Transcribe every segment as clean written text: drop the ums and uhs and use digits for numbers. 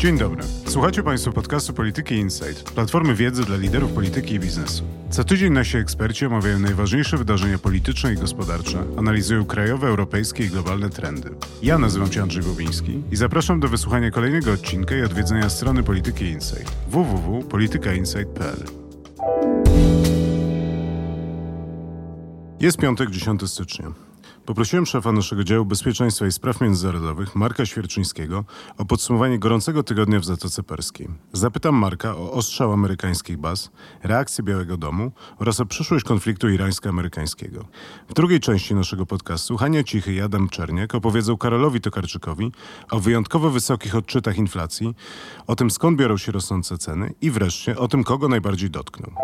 Dzień dobry. Słuchacie Państwo podcastu Polityki Insight, platformy wiedzy dla liderów polityki i biznesu. Co tydzień nasi eksperci omawiają najważniejsze wydarzenia polityczne i gospodarcze, analizują krajowe, europejskie i globalne trendy. Ja nazywam się Andrzej Bobiński i zapraszam do wysłuchania kolejnego odcinka i odwiedzenia strony Polityki Insight www.politykainsight.pl. Jest piątek, 10 stycznia. Poprosiłem szefa naszego działu bezpieczeństwa i spraw międzynarodowych, Marka Świerczyńskiego, o podsumowanie gorącego tygodnia w Zatoce Perskiej. Zapytam Marka o ostrzał amerykańskich baz, reakcję Białego Domu oraz o przyszłość konfliktu irańsko-amerykańskiego. W drugiej części naszego podcastu Hania Cichy i Adam Czerniak opowiedzą Karolowi Tokarczykowi o wyjątkowo wysokich odczytach inflacji, o tym skąd biorą się rosnące ceny i wreszcie o tym, kogo najbardziej dotkną.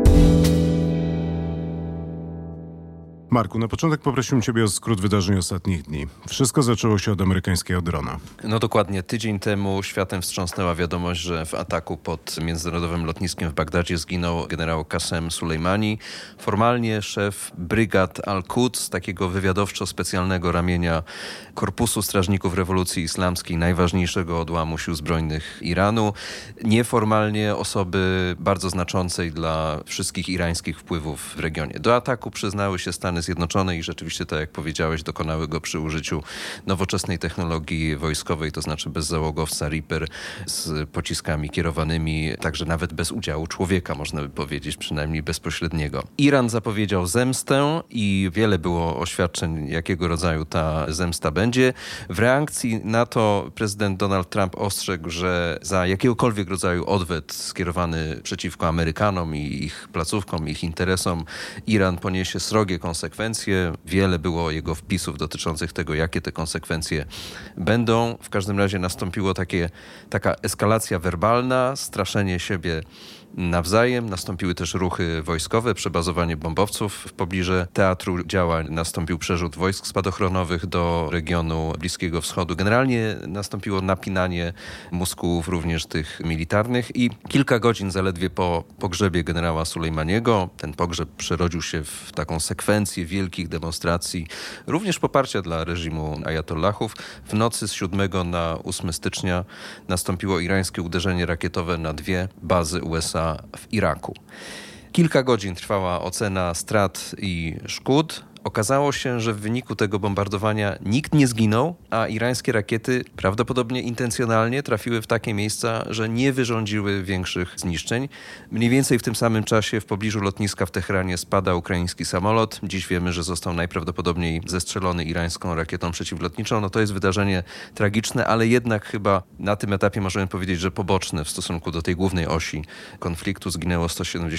Marku, na początek poprosiłem Ciebie o skrót wydarzeń ostatnich dni. Wszystko zaczęło się od amerykańskiego drona. No dokładnie. Tydzień temu światem wstrząsnęła wiadomość, że w ataku pod międzynarodowym lotniskiem w Bagdadzie zginął generał Qasem Sulejmani. Formalnie szef brygad Al-Quds, takiego wywiadowczo-specjalnego ramienia Korpusu Strażników Rewolucji Islamskiej, najważniejszego odłamu sił zbrojnych Iranu. Nieformalnie osoby bardzo znaczącej dla wszystkich irańskich wpływów w regionie. Do ataku przyznały się Stany Zjednoczone i rzeczywiście, tak jak powiedziałeś, dokonały go przy użyciu nowoczesnej technologii wojskowej, to znaczy bezzałogowca Reaper z pociskami kierowanymi, także nawet bez udziału człowieka, można by powiedzieć, przynajmniej bezpośredniego. Iran zapowiedział zemstę i wiele było oświadczeń, jakiego rodzaju ta zemsta będzie. W reakcji na to prezydent Donald Trump ostrzegł, że za jakiegokolwiek rodzaju odwet skierowany przeciwko Amerykanom i ich placówkom, ich interesom, Iran poniesie srogie konsekwencje. Wiele było jego wpisów dotyczących tego, jakie te konsekwencje będą. W każdym razie nastąpiło taka eskalacja werbalna, straszenie siebie nawzajem. Nastąpiły też ruchy wojskowe, przebazowanie bombowców w pobliżu teatru działań. Nastąpił przerzut wojsk spadochronowych do regionu Bliskiego Wschodu. Generalnie nastąpiło napinanie muskułów również tych militarnych i kilka godzin zaledwie po pogrzebie generała Sulejmaniego, ten pogrzeb przerodził się w taką sekwencję wielkich demonstracji, również poparcia dla reżimu ajatollahów. W nocy z 7 na 8 stycznia nastąpiło irańskie uderzenie rakietowe na 2 bazy USA w Iraku. Kilka godzin trwała ocena strat i szkód. Okazało się, że w wyniku tego bombardowania nikt nie zginął, a irańskie rakiety prawdopodobnie intencjonalnie trafiły w takie miejsca, że nie wyrządziły większych zniszczeń. Mniej więcej w tym samym czasie w pobliżu lotniska w Teheranie spada ukraiński samolot. Dziś wiemy, że został najprawdopodobniej zestrzelony irańską rakietą przeciwlotniczą. No to jest wydarzenie tragiczne, ale jednak chyba na tym etapie możemy powiedzieć, że poboczne w stosunku do tej głównej osi konfliktu. Zginęło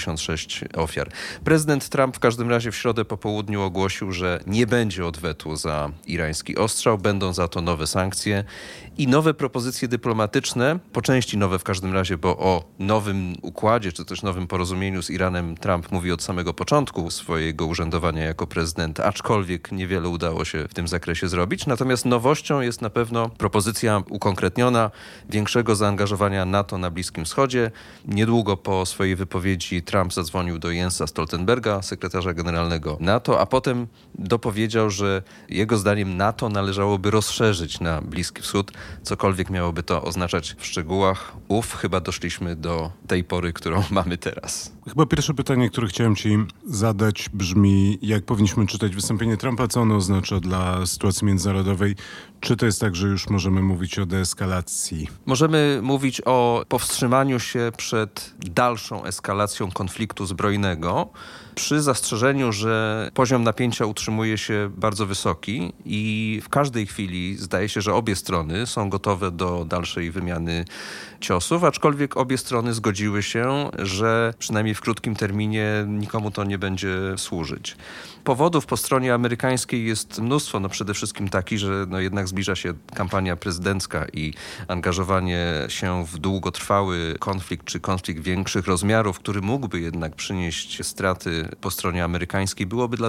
176 ofiar. Prezydent Trump w każdym razie w środę po południu ogłosił, że nie będzie odwetu za irański ostrzał, będą za to nowe sankcje i nowe propozycje dyplomatyczne, po części nowe w każdym razie, bo o nowym układzie, czy też nowym porozumieniu z Iranem Trump mówi od samego początku swojego urzędowania jako prezydent, aczkolwiek niewiele udało się w tym zakresie zrobić. Natomiast nowością jest na pewno propozycja ukonkretniona większego zaangażowania NATO na Bliskim Wschodzie. Niedługo po swojej wypowiedzi Trump zadzwonił do Jensa Stoltenberga, sekretarza generalnego NATO, a potem dopowiedział, że jego zdaniem NATO należałoby rozszerzyć na Bliski Wschód, cokolwiek miałoby to oznaczać w szczegółach. Chyba doszliśmy do tej pory, którą mamy teraz. Chyba pierwsze pytanie, które chciałem Ci zadać, brzmi, jak powinniśmy czytać wystąpienie Trumpa, co ono oznacza dla sytuacji międzynarodowej? Czy to jest tak, że już możemy mówić o deeskalacji? Możemy mówić o powstrzymaniu się przed dalszą eskalacją konfliktu zbrojnego, przy zastrzeżeniu, że poziom napięcia utrzymuje się bardzo wysoki i w każdej chwili zdaje się, że obie strony są gotowe do dalszej wymiany ciosów, aczkolwiek obie strony zgodziły się, że przynajmniej w krótkim terminie nikomu to nie będzie służyć. Powodów po stronie amerykańskiej jest mnóstwo. Przede wszystkim taki, że jednak zbliża się kampania prezydencka i angażowanie się w długotrwały konflikt, czy konflikt większych rozmiarów, który mógłby jednak przynieść straty po stronie amerykańskiej, byłoby dla Trumpa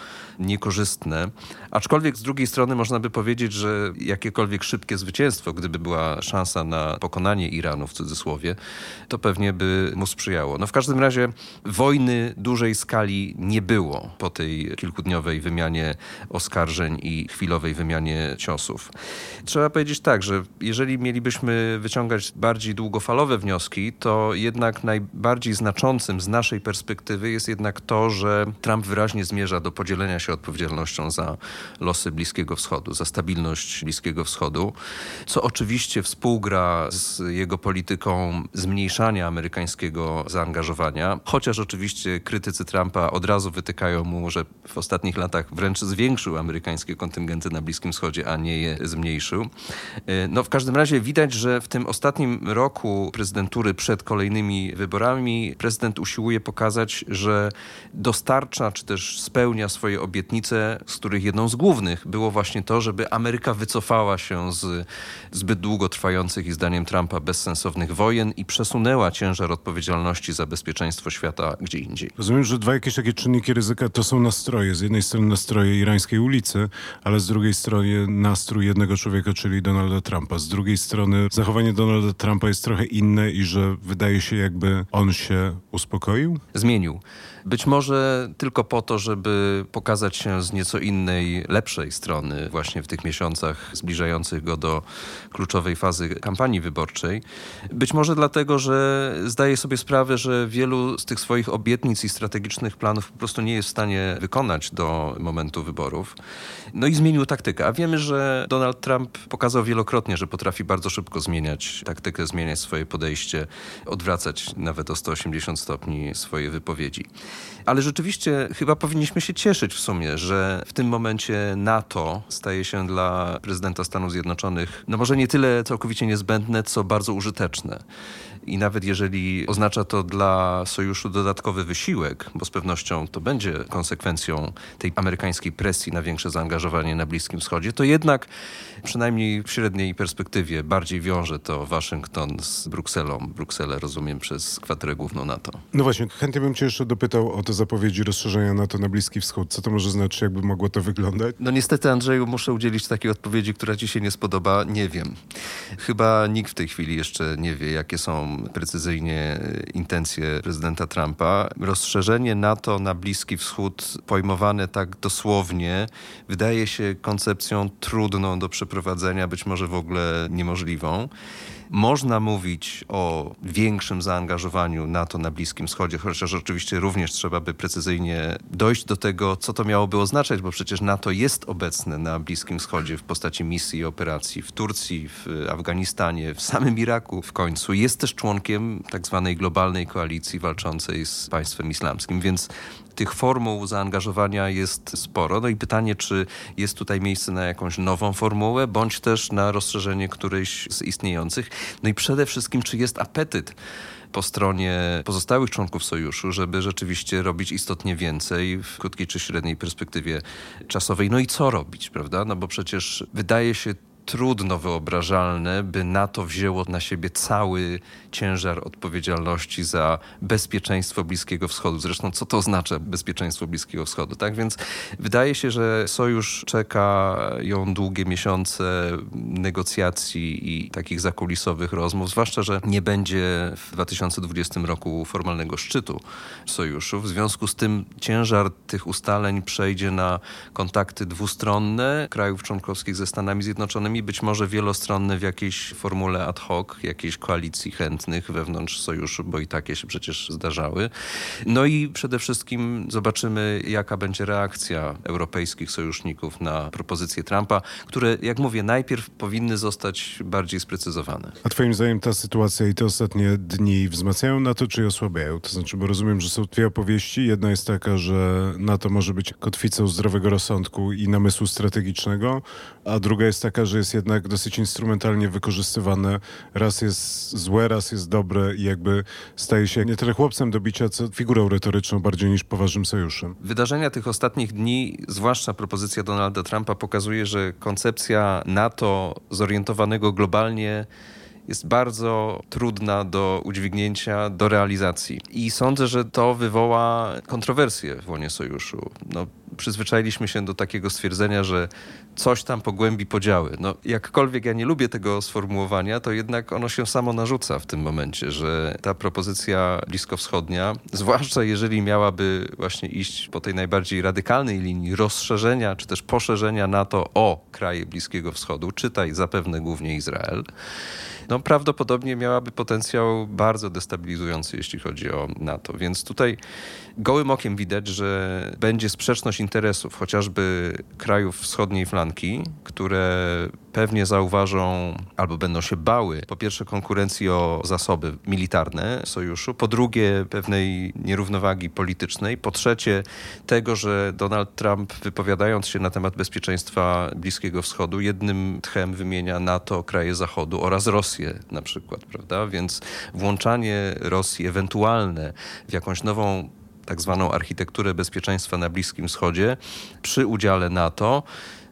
niekorzystne. Aczkolwiek z drugiej strony można by powiedzieć, że jakiekolwiek szybkie zwycięstwo, gdyby była szansa na pokonanie Iranu w cudzysłowie, to pewnie by mu sprzyjało. No w każdym razie wojny dużej skali nie było po tej kilkudniowej wymianie oskarżeń i chwilowej wymianie ciosów. Trzeba powiedzieć tak, że jeżeli mielibyśmy wyciągać bardziej długofalowe wnioski, to jednak najbardziej znaczącym z naszej perspektywy jest jednak to, że Trump wyraźnie zmierza do podzielenia się odpowiedzialnością za losy Bliskiego Wschodu, za stabilność Bliskiego Wschodu, co oczywiście współgra z jego polityką zmniejszania amerykańskiego zaangażowania, chociaż oczywiście krytycy Trumpa od razu wytykają mu, że w ostatnich latach wręcz zwiększył amerykańskie kontyngenty na Bliskim Wschodzie, a nie je zmniejszył. No w każdym razie widać, że w tym ostatnim roku prezydentury przed kolejnymi wyborami prezydent usiłuje pokazać, że dostarcza czy też spełnia swoje obietnice, z których jedną z głównych było właśnie to, żeby Ameryka wycofała się z zbyt długo trwających i zdaniem Trumpa bezsensownych wojen i przesunęła ciężar odpowiedzialności za bezpieczeństwo świata gdzie indziej. Rozumiem, że dwa jakieś takie czynniki ryzyka to są nastroje. Z jednej strony nastroje irańskiej ulicy, ale z drugiej strony nastrój jednego człowieka, czyli Donalda Trumpa. Z drugiej strony zachowanie Donalda Trumpa jest trochę inne i że wydaje się, jakby on się uspokoił? Zmienił. Być może tylko po to, żeby pokazać się z nieco innej, lepszej strony właśnie w tych miesiącach zbliżających go do kluczowej fazy kampanii wyborczej. Być może dlatego, że zdaje sobie sprawę, że wielu z tych swoich obietnic i strategicznych planów po prostu nie jest w stanie wykonać do momentu wyborów. No i zmienił taktykę. A wiemy, że Donald Trump pokazał wielokrotnie, że potrafi bardzo szybko zmieniać taktykę, zmieniać swoje podejście, odwracać nawet o 180 stopni swoje wypowiedzi. Ale rzeczywiście chyba powinniśmy się cieszyć w sumie, że w tym momencie NATO staje się dla prezydenta Stanów Zjednoczonych, no może nie tyle całkowicie niezbędne, co bardzo użyteczne. I nawet jeżeli oznacza to dla sojuszu dodatkowy wysiłek, bo z pewnością to będzie konsekwencją tej amerykańskiej presji na większe zaangażowanie na Bliskim Wschodzie, to jednak przynajmniej w średniej perspektywie bardziej wiąże to Waszyngton z Brukselą. Brukselę rozumiem przez kwaterę główną NATO. No właśnie, chętnie bym cię jeszcze dopytał o te zapowiedzi rozszerzenia NATO na Bliski Wschód. Co to może znaczyć, jakby mogło to wyglądać? No niestety, Andrzeju, muszę udzielić takiej odpowiedzi, która ci się nie spodoba. Nie wiem. Chyba nikt w tej chwili jeszcze nie wie, jakie są precyzyjnie intencje prezydenta Trumpa. Rozszerzenie NATO na Bliski Wschód pojmowane tak dosłownie wydaje się koncepcją trudną do przeprowadzenia, być może w ogóle niemożliwą. Można mówić o większym zaangażowaniu NATO na Bliskim Wschodzie, chociaż oczywiście również trzeba by precyzyjnie dojść do tego, co to miałoby oznaczać, bo przecież NATO jest obecne na Bliskim Wschodzie w postaci misji i operacji w Turcji, w Afganistanie, w samym Iraku w końcu. Jest też członkiem tak zwanej globalnej koalicji walczącej z państwem islamskim, więc tych formuł zaangażowania jest sporo. No i pytanie, czy jest tutaj miejsce na jakąś nową formułę, bądź też na rozszerzenie którejś z istniejących. No i przede wszystkim, czy jest apetyt po stronie pozostałych członków sojuszu, żeby rzeczywiście robić istotnie więcej w krótkiej czy średniej perspektywie czasowej. No i co robić, prawda? No bo przecież wydaje się trudno wyobrażalne, by NATO wzięło na siebie cały ciężar odpowiedzialności za bezpieczeństwo Bliskiego Wschodu. Zresztą co to oznacza bezpieczeństwo Bliskiego Wschodu, tak? Więc wydaje się, że sojusz czeka ją długie miesiące negocjacji i takich zakulisowych rozmów, zwłaszcza, że nie będzie w 2020 roku formalnego szczytu sojuszu. W związku z tym ciężar tych ustaleń przejdzie na kontakty dwustronne krajów członkowskich ze Stanami Zjednoczonymi, być może wielostronne w jakiejś formule ad hoc, jakiejś koalicji chętnych wewnątrz sojuszu, bo i takie się przecież zdarzały. No i przede wszystkim zobaczymy, jaka będzie reakcja europejskich sojuszników na propozycje Trumpa, które, jak mówię, najpierw powinny zostać bardziej sprecyzowane. A twoim zdaniem ta sytuacja i te ostatnie dni wzmacniają NATO, czy je osłabiają? To znaczy, bo rozumiem, że są dwie opowieści. Jedna jest taka, że NATO może być kotwicą zdrowego rozsądku i namysłu strategicznego, a druga jest taka, że jest jednak dosyć instrumentalnie wykorzystywane. Raz jest złe, raz jest dobre i jakby staje się nie tyle chłopcem do bicia, co figurą retoryczną bardziej niż poważnym sojuszem. Wydarzenia tych ostatnich dni, zwłaszcza propozycja Donalda Trumpa, pokazuje, że koncepcja NATO zorientowanego globalnie jest bardzo trudna do udźwignięcia, do realizacji. I sądzę, że to wywoła kontrowersje w łonie sojuszu. Przyzwyczailiśmy się do takiego stwierdzenia, że coś tam pogłębi podziały. Jakkolwiek ja nie lubię tego sformułowania, to jednak ono się samo narzuca w tym momencie, że ta propozycja bliskowschodnia, zwłaszcza jeżeli miałaby właśnie iść po tej najbardziej radykalnej linii rozszerzenia, czy też poszerzenia NATO o kraje Bliskiego Wschodu, czytaj zapewne głównie Izrael, prawdopodobnie miałaby potencjał bardzo destabilizujący, jeśli chodzi o NATO. Więc tutaj gołym okiem widać, że będzie sprzeczność interesów chociażby krajów wschodniej flanki, które pewnie zauważą albo będą się bały, po pierwsze, konkurencji o zasoby militarne sojuszu, po drugie, pewnej nierównowagi politycznej, po trzecie, tego, że Donald Trump, wypowiadając się na temat bezpieczeństwa Bliskiego Wschodu, jednym tchem wymienia NATO, kraje Zachodu oraz Rosję na przykład, prawda? Więc włączanie Rosji ewentualne w jakąś nową tak zwaną architekturę bezpieczeństwa na Bliskim Wschodzie przy udziale NATO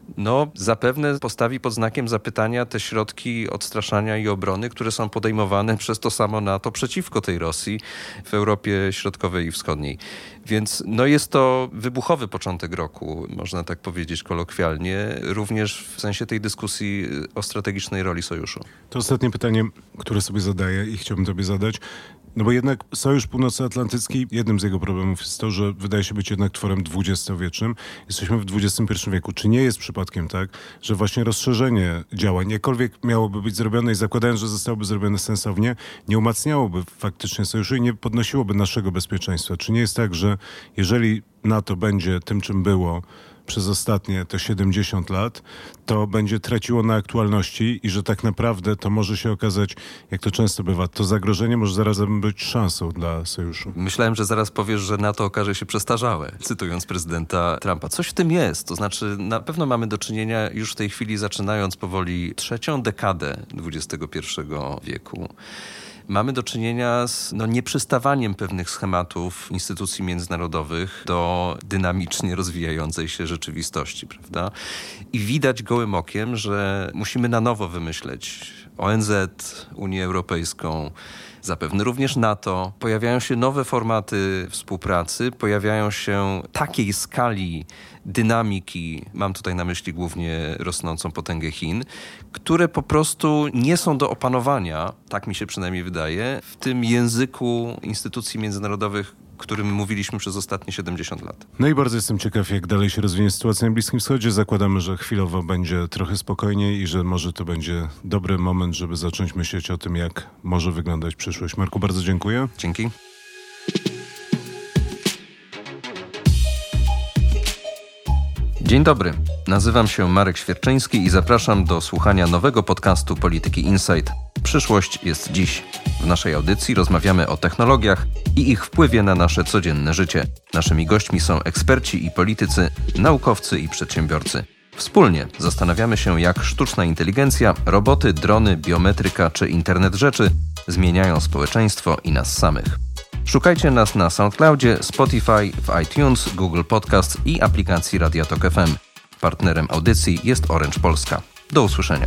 zapewne postawi pod znakiem zapytania te środki odstraszania i obrony, które są podejmowane przez to samo NATO przeciwko tej Rosji w Europie Środkowej i Wschodniej. Więc jest to wybuchowy początek roku, można tak powiedzieć kolokwialnie, również w sensie tej dyskusji o strategicznej roli sojuszu. To ostatnie pytanie, które sobie zadaję i chciałbym tobie zadać. Bo jednak Sojusz Północnoatlantycki, jednym z jego problemów jest to, że wydaje się być jednak tworem dwudziestowiecznym. Jesteśmy w XXI wieku. Czy nie jest przypadkiem tak, że właśnie rozszerzenie działań, jakkolwiek miałoby być zrobione i zakładając, że zostałoby zrobione sensownie, nie umacniałoby faktycznie sojuszu i nie podnosiłoby naszego bezpieczeństwa? Czy nie jest tak, że jeżeli NATO będzie tym, czym było przez ostatnie te 70 lat, to będzie traciło na aktualności i że tak naprawdę to może się okazać, jak to często bywa, to zagrożenie może zarazem być szansą dla sojuszu. Myślałem, że zaraz powiesz, że NATO okaże się przestarzałe, cytując prezydenta Trumpa. Coś w tym jest, to znaczy na pewno mamy do czynienia już w tej chwili, zaczynając powoli trzecią dekadę XXI wieku. Mamy do czynienia z nieprzystawaniem pewnych schematów instytucji międzynarodowych do dynamicznie rozwijającej się rzeczywistości, prawda? I widać gołym okiem, że musimy na nowo wymyśleć ONZ, Unię Europejską, zapewne również NATO. Pojawiają się nowe formaty współpracy, pojawiają się takiej skali dynamiki, mam tutaj na myśli głównie rosnącą potęgę Chin, które po prostu nie są do opanowania, tak mi się przynajmniej wydaje, w tym języku instytucji międzynarodowych, którym mówiliśmy przez ostatnie 70 lat. I bardzo jestem ciekaw, jak dalej się rozwinie sytuacja na Bliskim Wschodzie. Zakładamy, że chwilowo będzie trochę spokojniej i że może to będzie dobry moment, żeby zacząć myśleć o tym, jak może wyglądać przyszłość. Marku, bardzo dziękuję. Dzięki. Dzień dobry, nazywam się Marek Świerczyński i zapraszam do słuchania nowego podcastu Polityki Insight. Przyszłość jest dziś. W naszej audycji rozmawiamy o technologiach i ich wpływie na nasze codzienne życie. Naszymi gośćmi są eksperci i politycy, naukowcy i przedsiębiorcy. Wspólnie zastanawiamy się, jak sztuczna inteligencja, roboty, drony, biometryka czy internet rzeczy zmieniają społeczeństwo i nas samych. Szukajcie nas na SoundCloudzie, Spotify, w iTunes, Google Podcast i aplikacji Radia Tok FM. Partnerem audycji jest Orange Polska. Do usłyszenia.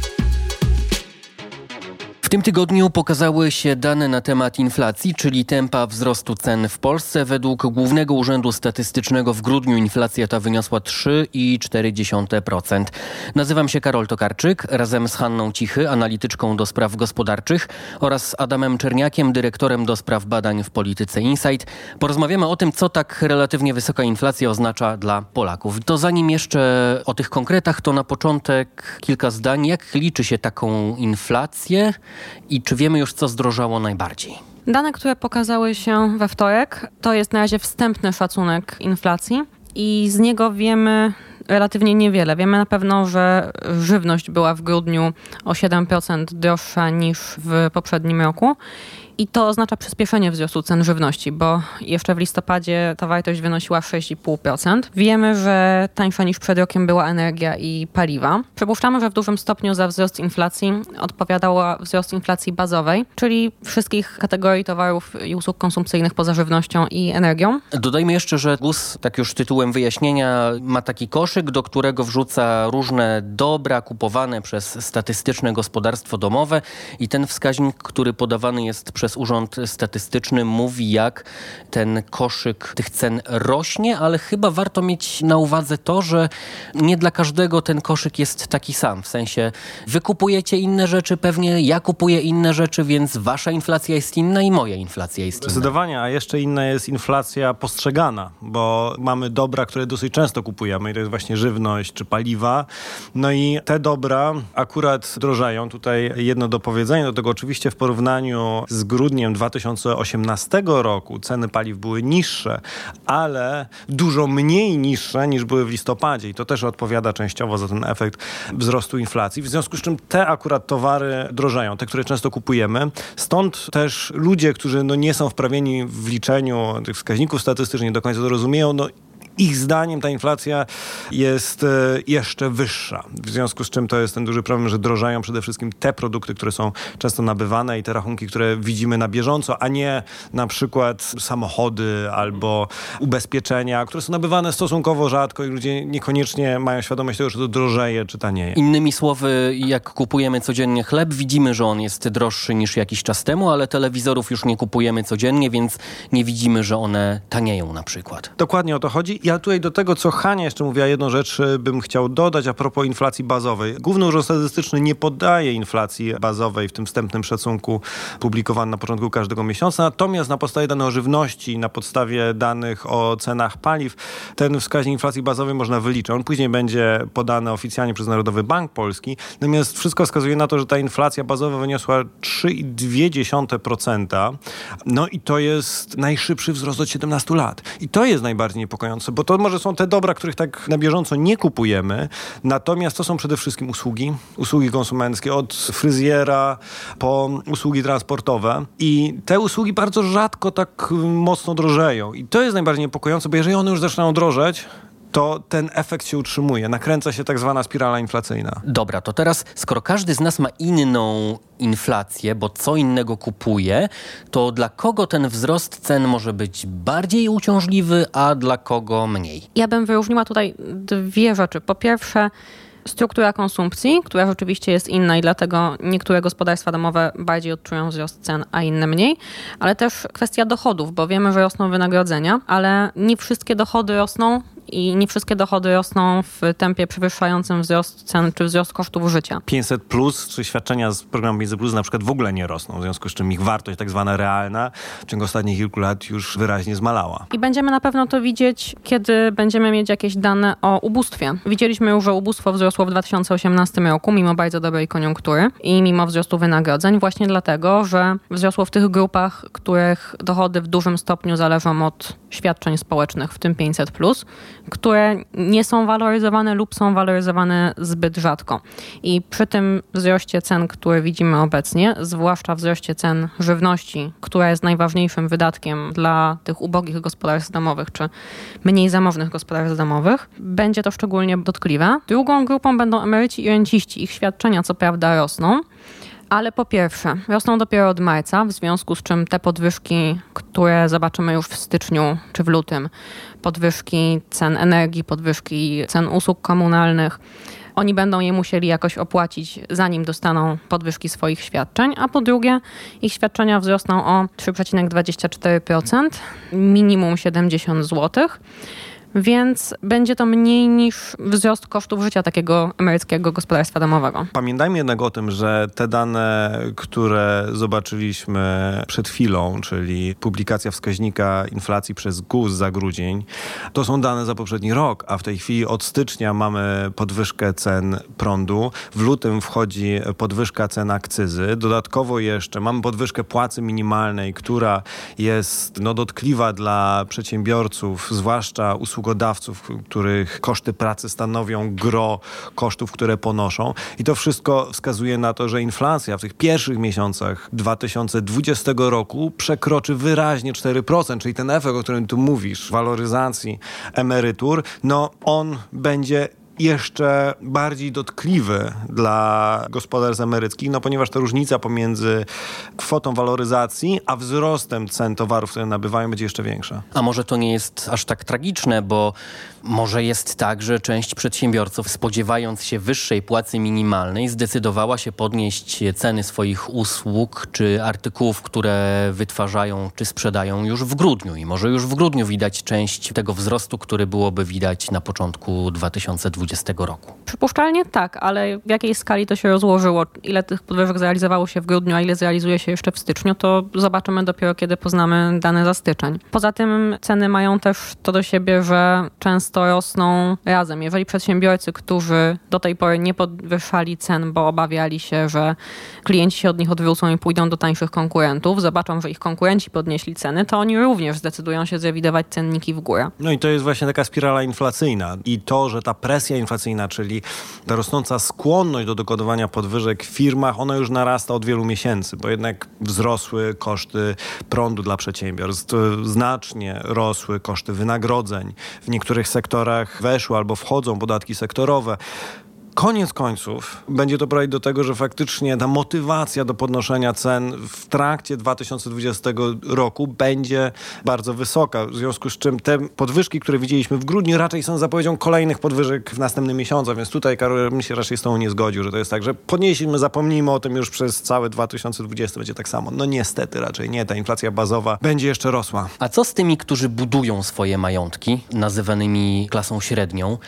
W tym tygodniu pokazały się dane na temat inflacji, czyli tempa wzrostu cen w Polsce. Według Głównego Urzędu Statystycznego w grudniu inflacja ta wyniosła 3,4%. Nazywam się Karol Tokarczyk, razem z Hanną Cichy, analityczką do spraw gospodarczych, oraz Adamem Czerniakiem, dyrektorem do spraw badań w Polityce Insight. Porozmawiamy o tym, co tak relatywnie wysoka inflacja oznacza dla Polaków. To zanim jeszcze o tych konkretach, to na początek kilka zdań. Jak liczy się taką inflację? I czy wiemy już, co zdrożało najbardziej? Dane, które pokazały się we wtorek, to jest na razie wstępny szacunek inflacji i z niego wiemy relatywnie niewiele. Wiemy na pewno, że żywność była w grudniu o 7% droższa niż w poprzednim roku. I to oznacza przyspieszenie wzrostu cen żywności, bo jeszcze w listopadzie ta wartość wynosiła 6,5%. Wiemy, że tańsza niż przed rokiem była energia i paliwa. Przypuszczamy, że w dużym stopniu za wzrost inflacji odpowiadała wzrost inflacji bazowej, czyli wszystkich kategorii towarów i usług konsumpcyjnych poza żywnością i energią. Dodajmy jeszcze, że GUS, tak już tytułem wyjaśnienia, ma taki koszyk, do którego wrzuca różne dobra kupowane przez statystyczne gospodarstwo domowe i ten wskaźnik, który podawany jest przez Urząd Statystyczny, mówi, jak ten koszyk tych cen rośnie, ale chyba warto mieć na uwadze to, że nie dla każdego ten koszyk jest taki sam. W sensie wy kupujecie inne rzeczy, pewnie ja kupuję inne rzeczy, więc wasza inflacja jest inna i moja inflacja jest inna. Zdecydowanie, a jeszcze inna jest inflacja postrzegana, bo mamy dobra, które dosyć często kupujemy i to jest właśnie żywność czy paliwa. No i te dobra akurat drożeją. Tutaj jedno dopowiedzenie do tego. Oczywiście w porównaniu z grudniem 2018 roku ceny paliw były niższe, ale dużo mniej niższe niż były w listopadzie i to też odpowiada częściowo za ten efekt wzrostu inflacji. W związku z czym te akurat towary drożeją, te, które często kupujemy. Stąd też ludzie, którzy nie są wprawieni w liczeniu tych wskaźników statystycznych, nie do końca to rozumieją, ich zdaniem ta inflacja jest jeszcze wyższa. W związku z czym to jest ten duży problem, że drożeją przede wszystkim te produkty, które są często nabywane i te rachunki, które widzimy na bieżąco, a nie na przykład samochody albo ubezpieczenia, które są nabywane stosunkowo rzadko i ludzie niekoniecznie mają świadomość tego, że to drożeje czy tanieje. Innymi słowy, jak kupujemy codziennie chleb, widzimy, że on jest droższy niż jakiś czas temu, ale telewizorów już nie kupujemy codziennie, więc nie widzimy, że one tanieją na przykład. Dokładnie o to chodzi. Ja tutaj do tego, co Hania jeszcze mówiła, jedną rzecz bym chciał dodać a propos inflacji bazowej. Główny Urząd Statystyczny nie podaje inflacji bazowej w tym wstępnym szacunku publikowanym na początku każdego miesiąca, natomiast na podstawie danych o żywności, na podstawie danych o cenach paliw, ten wskaźnik inflacji bazowej można wyliczyć. On później będzie podany oficjalnie przez Narodowy Bank Polski, natomiast wszystko wskazuje na to, że ta inflacja bazowa wyniosła 3,2%. No i to jest najszybszy wzrost od 17 lat. I to jest najbardziej niepokojące, bo to może są te dobra, których tak na bieżąco nie kupujemy, natomiast to są przede wszystkim usługi konsumenckie, od fryzjera po usługi transportowe i te usługi bardzo rzadko tak mocno drożeją i to jest najbardziej niepokojące, bo jeżeli one już zaczynają drożeć, to ten efekt się utrzymuje. Nakręca się tak zwana spirala inflacyjna. Dobra, to teraz, skoro każdy z nas ma inną inflację, bo co innego kupuje, to dla kogo ten wzrost cen może być bardziej uciążliwy, a dla kogo mniej? Ja bym wyróżniła tutaj dwie rzeczy. Po pierwsze, struktura konsumpcji, która rzeczywiście jest inna i dlatego niektóre gospodarstwa domowe bardziej odczują wzrost cen, a inne mniej, ale też kwestia dochodów, bo wiemy, że rosną wynagrodzenia, ale nie wszystkie dochody rosną i nie wszystkie dochody rosną w tempie przewyższającym wzrost cen czy wzrost kosztów życia. 500+ czy świadczenia z programu 500+ na przykład w ogóle nie rosną, w związku z czym ich wartość tak zwana realna w ciągu ostatnich kilku lat już wyraźnie zmalała. I będziemy na pewno to widzieć, kiedy będziemy mieć jakieś dane o ubóstwie. Widzieliśmy już, że ubóstwo wzrosło w 2018 roku, mimo bardzo dobrej koniunktury i mimo wzrostu wynagrodzeń, właśnie dlatego, że wzrosło w tych grupach, których dochody w dużym stopniu zależą od świadczeń społecznych, w tym 500+, które nie są waloryzowane lub są waloryzowane zbyt rzadko. I przy tym wzroście cen, który widzimy obecnie, zwłaszcza wzroście cen żywności, która jest najważniejszym wydatkiem dla tych ubogich gospodarstw domowych czy mniej zamożnych gospodarstw domowych, będzie to szczególnie dotkliwe. Drugą grupą będą emeryci i renciści. Ich świadczenia co prawda rosną, ale po pierwsze, rosną dopiero od marca, w związku z czym te podwyżki, które zobaczymy już w styczniu czy w lutym, podwyżki cen energii, podwyżki cen usług komunalnych, oni będą je musieli jakoś opłacić, zanim dostaną podwyżki swoich świadczeń, a po drugie ich świadczenia wzrosną o 3,24%, minimum 70 zł. Więc będzie to mniej niż wzrost kosztów życia takiego emeryckiego gospodarstwa domowego. Pamiętajmy jednak o tym, że te dane, które zobaczyliśmy przed chwilą, czyli publikacja wskaźnika inflacji przez GUS za grudzień, to są dane za poprzedni rok, a w tej chwili od stycznia mamy podwyżkę cen prądu, w lutym wchodzi podwyżka cen akcyzy, dodatkowo jeszcze mamy podwyżkę płacy minimalnej, która jest dotkliwa dla przedsiębiorców, zwłaszcza usługowych usługodawców, których koszty pracy stanowią gro kosztów, które ponoszą. I to wszystko wskazuje na to, że inflacja w tych pierwszych miesiącach 2020 roku przekroczy wyraźnie 4%, czyli ten efekt, o którym tu mówisz, waloryzacji emerytur, on będzie jeszcze bardziej dotkliwy dla gospodarstw emeryckich, ponieważ ta różnica pomiędzy kwotą waloryzacji a wzrostem cen towarów, które nabywają, będzie jeszcze większa. A może to nie jest aż tak tragiczne, bo może jest tak, że część przedsiębiorców, spodziewając się wyższej płacy minimalnej, zdecydowała się podnieść ceny swoich usług czy artykułów, które wytwarzają czy sprzedają już w grudniu. I może już w grudniu widać część tego wzrostu, który byłoby widać na początku 2020 roku. Przypuszczalnie tak, ale w jakiej skali to się rozłożyło, ile tych podwyżek zrealizowało się w grudniu, a ile zrealizuje się jeszcze w styczniu, to zobaczymy dopiero, kiedy poznamy dane za styczeń. Poza tym ceny mają też to do siebie, że często rosną razem. Jeżeli przedsiębiorcy, którzy do tej pory nie podwyższali cen, bo obawiali się, że klienci się od nich odwrócą i pójdą do tańszych konkurentów, zobaczą, że ich konkurenci podnieśli ceny, to oni również zdecydują się zrewidować cenniki w górę. I to jest właśnie taka spirala inflacyjna. I to, że ta presja inflacyjna, czyli ta rosnąca skłonność do dokonywania podwyżek w firmach, ona już narasta od wielu miesięcy, bo jednak wzrosły koszty prądu dla przedsiębiorstw, znacznie rosły koszty wynagrodzeń. W niektórych sektorach weszły albo wchodzą podatki sektorowe. Koniec końców będzie to prowadzić do tego, że faktycznie ta motywacja do podnoszenia cen w trakcie 2020 roku będzie bardzo wysoka. W związku z czym te podwyżki, które widzieliśmy w grudniu, raczej są zapowiedzią kolejnych podwyżek w następnym miesiącu. Więc tutaj, Karol, bym się raczej z tą nie zgodził, że to jest tak, że podnieśliśmy, zapomnijmy o tym już przez cały 2020 będzie tak samo. Niestety raczej nie. Ta inflacja bazowa będzie jeszcze rosła. A co z tymi, którzy budują swoje majątki, nazywanymi klasą średnią?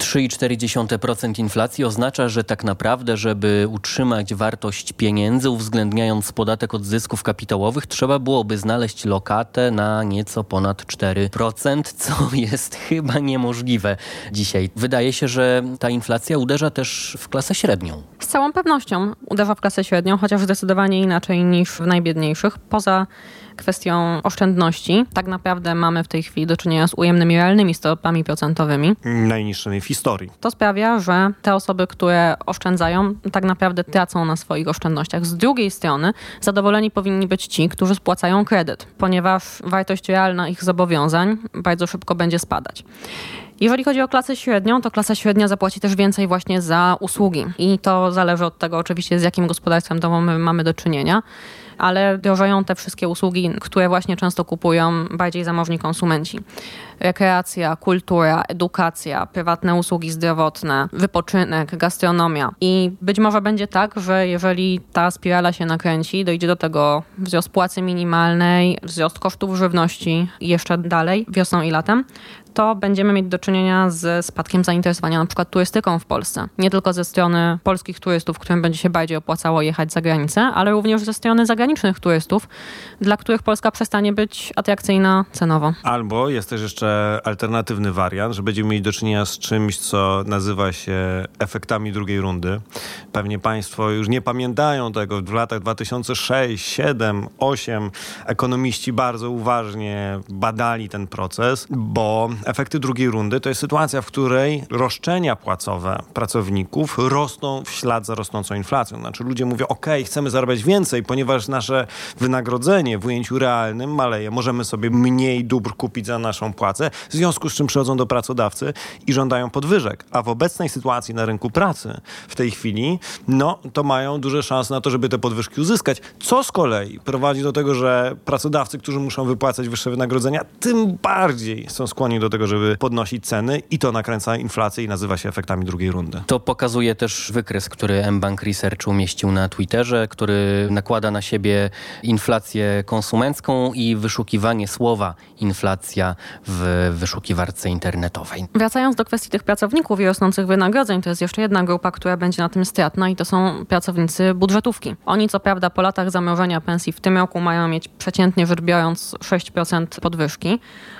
3,4% inflacji oznacza, że tak naprawdę, żeby utrzymać wartość pieniędzy, uwzględniając podatek od zysków kapitałowych, trzeba byłoby znaleźć lokatę na nieco ponad 4%, co jest chyba niemożliwe dzisiaj. Wydaje się, że ta inflacja uderza też w klasę średnią. Z całą pewnością uderza w klasę średnią, chociaż zdecydowanie inaczej niż w najbiedniejszych. Poza kwestią oszczędności, tak naprawdę mamy w tej chwili do czynienia z ujemnymi realnymi stopami procentowymi. Najniższymi w historii. To sprawia, że te osoby, które oszczędzają, tak naprawdę tracą na swoich oszczędnościach. Z drugiej strony zadowoleni powinni być ci, którzy spłacają kredyt, ponieważ wartość realna ich zobowiązań bardzo szybko będzie spadać. Jeżeli chodzi o klasę średnią, to klasa średnia zapłaci też więcej właśnie za usługi. I to zależy od tego oczywiście, z jakim gospodarstwem domowym mamy do czynienia, ale drożeją te wszystkie usługi, które właśnie często kupują bardziej zamożni konsumenci. Rekreacja, kultura, edukacja, prywatne usługi zdrowotne, wypoczynek, gastronomia. I być może będzie tak, że jeżeli ta spirala się nakręci, dojdzie do tego wzrost płacy minimalnej, wzrost kosztów żywności i jeszcze dalej, wiosną i latem, to będziemy mieć do czynienia ze spadkiem zainteresowania na przykład turystyką w Polsce. Nie tylko ze strony polskich turystów, którym będzie się bardziej opłacało jechać za granicę, ale również ze strony zagranicznych turystów, dla których Polska przestanie być atrakcyjna cenowo. Albo jest też jeszcze alternatywny wariant, że będziemy mieli do czynienia z czymś, co nazywa się efektami drugiej rundy. Pewnie Państwo już nie pamiętają tego. W latach 2006, 2007, 2008 ekonomiści bardzo uważnie badali ten proces, bo efekty drugiej rundy to jest sytuacja, w której roszczenia płacowe pracowników rosną w ślad za rosnącą inflacją. Znaczy ludzie mówią, chcemy zarabiać więcej, ponieważ nasze wynagrodzenie w ujęciu realnym maleje. Możemy sobie mniej dóbr kupić za naszą płacę, w związku z czym przychodzą do pracodawcy i żądają podwyżek. A w obecnej sytuacji na rynku pracy w tej chwili, to mają duże szanse na to, żeby te podwyżki uzyskać. Co z kolei prowadzi do tego, że pracodawcy, którzy muszą wypłacać wyższe wynagrodzenia, tym bardziej są skłonni do tego, żeby podnosić ceny i to nakręca inflację i nazywa się efektami drugiej rundy. To pokazuje też wykres, który mBank Research umieścił na Twitterze, który nakłada na siebie inflację konsumencką i wyszukiwanie słowa inflacja w wyszukiwarce internetowej. Wracając do kwestii tych pracowników i rosnących wynagrodzeń, to jest jeszcze jedna grupa, która będzie na tym stratna i to są pracownicy budżetówki. Oni co prawda po latach zamrożenia pensji w tym roku mają mieć przeciętnie rzecz biorąc 6% podwyżki,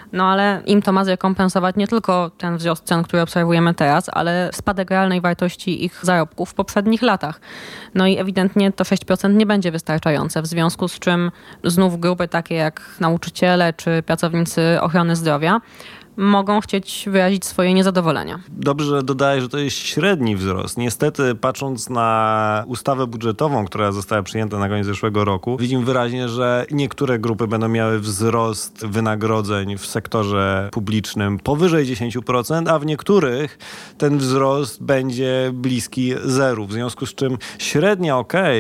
ale im to ma zrekompensować nie tylko ten wzrost cen, który obserwujemy teraz, ale spadek realnej wartości ich zarobków w poprzednich latach. I ewidentnie to 6% nie będzie wystarczające, w związku z czym znów grupy takie jak nauczyciele czy pracownicy ochrony zdrowia mogą chcieć wyrazić swoje niezadowolenie. Dobrze, że dodajesz, że to jest średni wzrost. Niestety, patrząc na ustawę budżetową, która została przyjęta na koniec zeszłego roku, widzimy wyraźnie, że niektóre grupy będą miały wzrost wynagrodzeń w sektorze publicznym powyżej 10%, a w niektórych ten wzrost będzie bliski zeru. W związku z czym średnia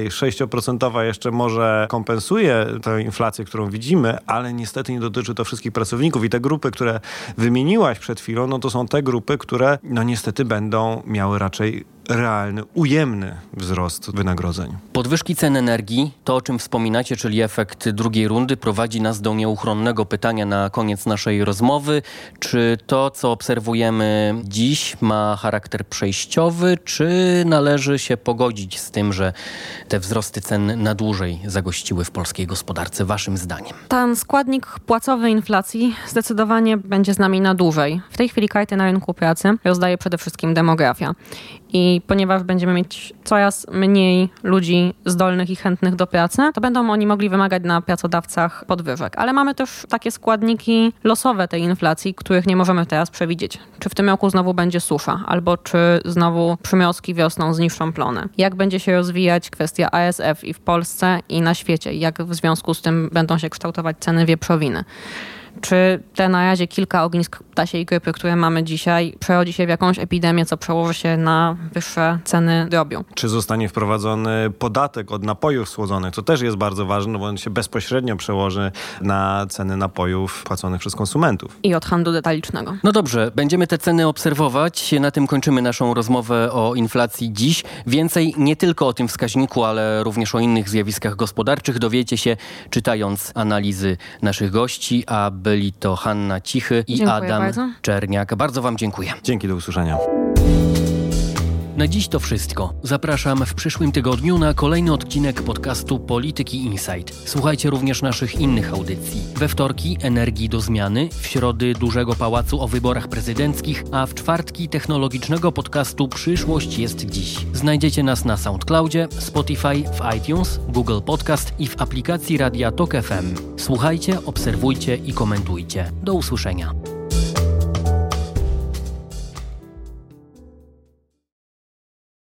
6% jeszcze może kompensuje tę inflację, którą widzimy, ale niestety nie dotyczy to wszystkich pracowników. I te grupy, które wymieniłaś przed chwilą, no to są te grupy, które no niestety będą miały raczej realny, ujemny wzrost wynagrodzeń. Podwyżki cen energii, to o czym wspominacie, czyli efekt drugiej rundy, prowadzi nas do nieuchronnego pytania na koniec naszej rozmowy. Czy to, co obserwujemy dziś, ma charakter przejściowy, czy należy się pogodzić z tym, że te wzrosty cen na dłużej zagościły w polskiej gospodarce, waszym zdaniem? Ten składnik płacowy inflacji zdecydowanie będzie z nami na dłużej. W tej chwili karty na rynku pracy rozdaje przede wszystkim demografia. I ponieważ będziemy mieć coraz mniej ludzi zdolnych i chętnych do pracy, to będą oni mogli wymagać na pracodawcach podwyżek. Ale mamy też takie składniki losowe tej inflacji, których nie możemy teraz przewidzieć. Czy w tym roku znowu będzie susza, albo czy znowu przymrozki wiosną zniszczą plony. Jak będzie się rozwijać kwestia ASF i w Polsce, i na świecie. Jak w związku z tym będą się kształtować ceny wieprzowiny. Czy te na razie kilka ognisk ptasiej grypy, które mamy dzisiaj, przerodzi się w jakąś epidemię, co przełoży się na wyższe ceny drobiu? Czy zostanie wprowadzony podatek od napojów słodzonych? To też jest bardzo ważne, bo on się bezpośrednio przełoży na ceny napojów płaconych przez konsumentów. I od handlu detalicznego. No dobrze, będziemy te ceny obserwować. Na tym kończymy naszą rozmowę o inflacji dziś. Więcej nie tylko o tym wskaźniku, ale również o innych zjawiskach gospodarczych dowiecie się, czytając analizy naszych gości, a byli to Hanna Cichy i Dziękuję Adam bardzo. Czerniak. Bardzo wam dziękuję. Dzięki, do usłyszenia. Na dziś to wszystko. Zapraszam w przyszłym tygodniu na kolejny odcinek podcastu Polityki Insight. Słuchajcie również naszych innych audycji. We wtorki Energii do zmiany, w środy Dużego Pałacu o wyborach prezydenckich, a w czwartki technologicznego podcastu Przyszłość jest dziś. Znajdziecie nas na SoundCloudzie, Spotify, w iTunes, Google Podcast i w aplikacji Radia Tok FM. Słuchajcie, obserwujcie i komentujcie. Do usłyszenia.